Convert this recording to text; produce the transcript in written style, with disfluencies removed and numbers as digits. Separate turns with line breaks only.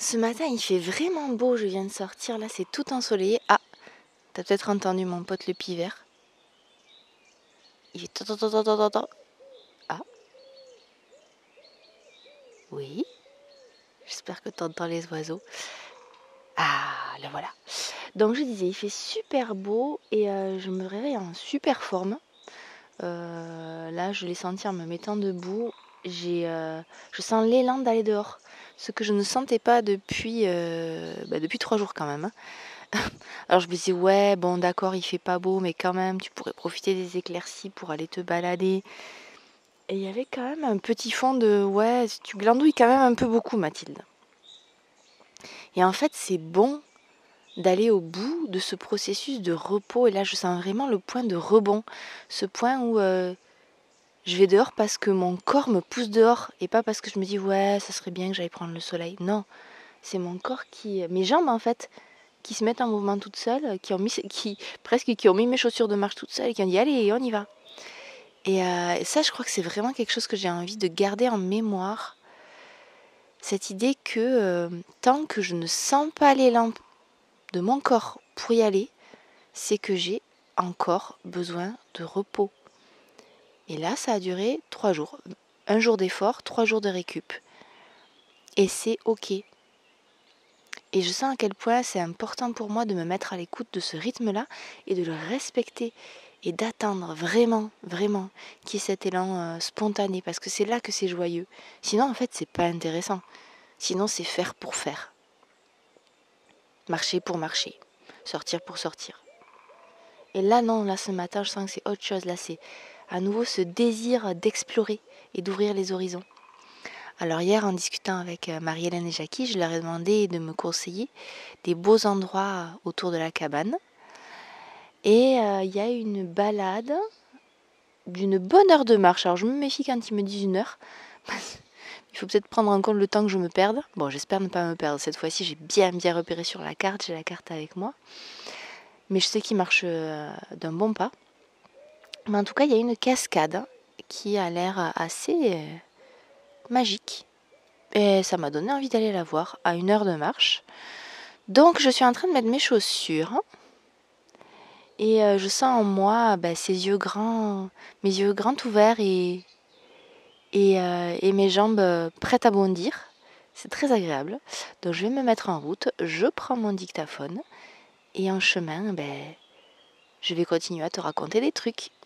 Ce matin, il fait vraiment beau, je viens de sortir, là c'est tout ensoleillé. Ah, t'as peut-être entendu mon pote le pivert. Il fait tot. Ah, oui, j'espère que t'entends les oiseaux. Ah, là voilà. Donc je disais, il fait super beau et je me réveille en super forme. Là, je l'ai senti en me mettant debout. Je sens l'élan d'aller dehors. Ce que je ne sentais pas depuis 3 jours quand même, hein. Alors je me disais, ouais, bon d'accord, il fait pas beau, mais quand même, tu pourrais profiter des éclaircies pour aller te balader. Et il y avait quand même un petit fond de, ouais, tu glandouilles quand même un peu beaucoup, Mathilde. Et en fait, c'est bon d'aller au bout de ce processus de repos. Et là, je sens vraiment le point de rebond. Ce point où je vais dehors parce que mon corps me pousse dehors. Et pas parce que je me dis, ouais, ça serait bien que j'aille prendre le soleil. Non, c'est mon corps mes jambes en fait, qui se mettent en mouvement toutes seules, qui ont mis mes chaussures de marche toutes seules et qui ont dit allez, on y va. Et ça, je crois que c'est vraiment quelque chose que j'ai envie de garder en mémoire. Cette idée que tant que je ne sens pas l'élan de mon corps pour y aller, c'est que j'ai encore besoin de repos. Et là, ça a duré 3 jours. 1 jour d'effort, 3 jours de récup. Et c'est ok. Et je sens à quel point c'est important pour moi de me mettre à l'écoute de ce rythme-là et de le respecter et d'attendre vraiment, vraiment qu'il y ait cet élan spontané parce que c'est là que c'est joyeux. Sinon, en fait, c'est pas intéressant. Sinon, c'est faire pour faire. Marcher pour marcher. Sortir pour sortir. Et là, non, là, ce matin, je sens que c'est autre chose. Là, c'est à nouveau ce désir d'explorer et d'ouvrir les horizons. Alors hier, en discutant avec Marie-Hélène et Jackie, je leur ai demandé de me conseiller des beaux endroits autour de la cabane. Et il y a une balade d'une bonne heure de marche. Alors je me méfie quand ils me disent 1 heure. Il faut peut-être prendre en compte le temps que je me perde. Bon, j'espère ne pas me perdre. Cette fois-ci, j'ai bien repéré sur la carte. J'ai la carte avec moi. Mais je sais qu'ils marchent d'un bon pas. Mais en tout cas, il y a une cascade qui a l'air assez magique. Et ça m'a donné envie d'aller la voir à 1 heure de marche. Donc je suis en train de mettre mes chaussures. Et je sens en moi ces yeux grands, mes yeux grands ouverts et mes jambes prêtes à bondir. C'est très agréable. Donc je vais me mettre en route, je prends mon dictaphone et en chemin, je vais continuer à te raconter des trucs.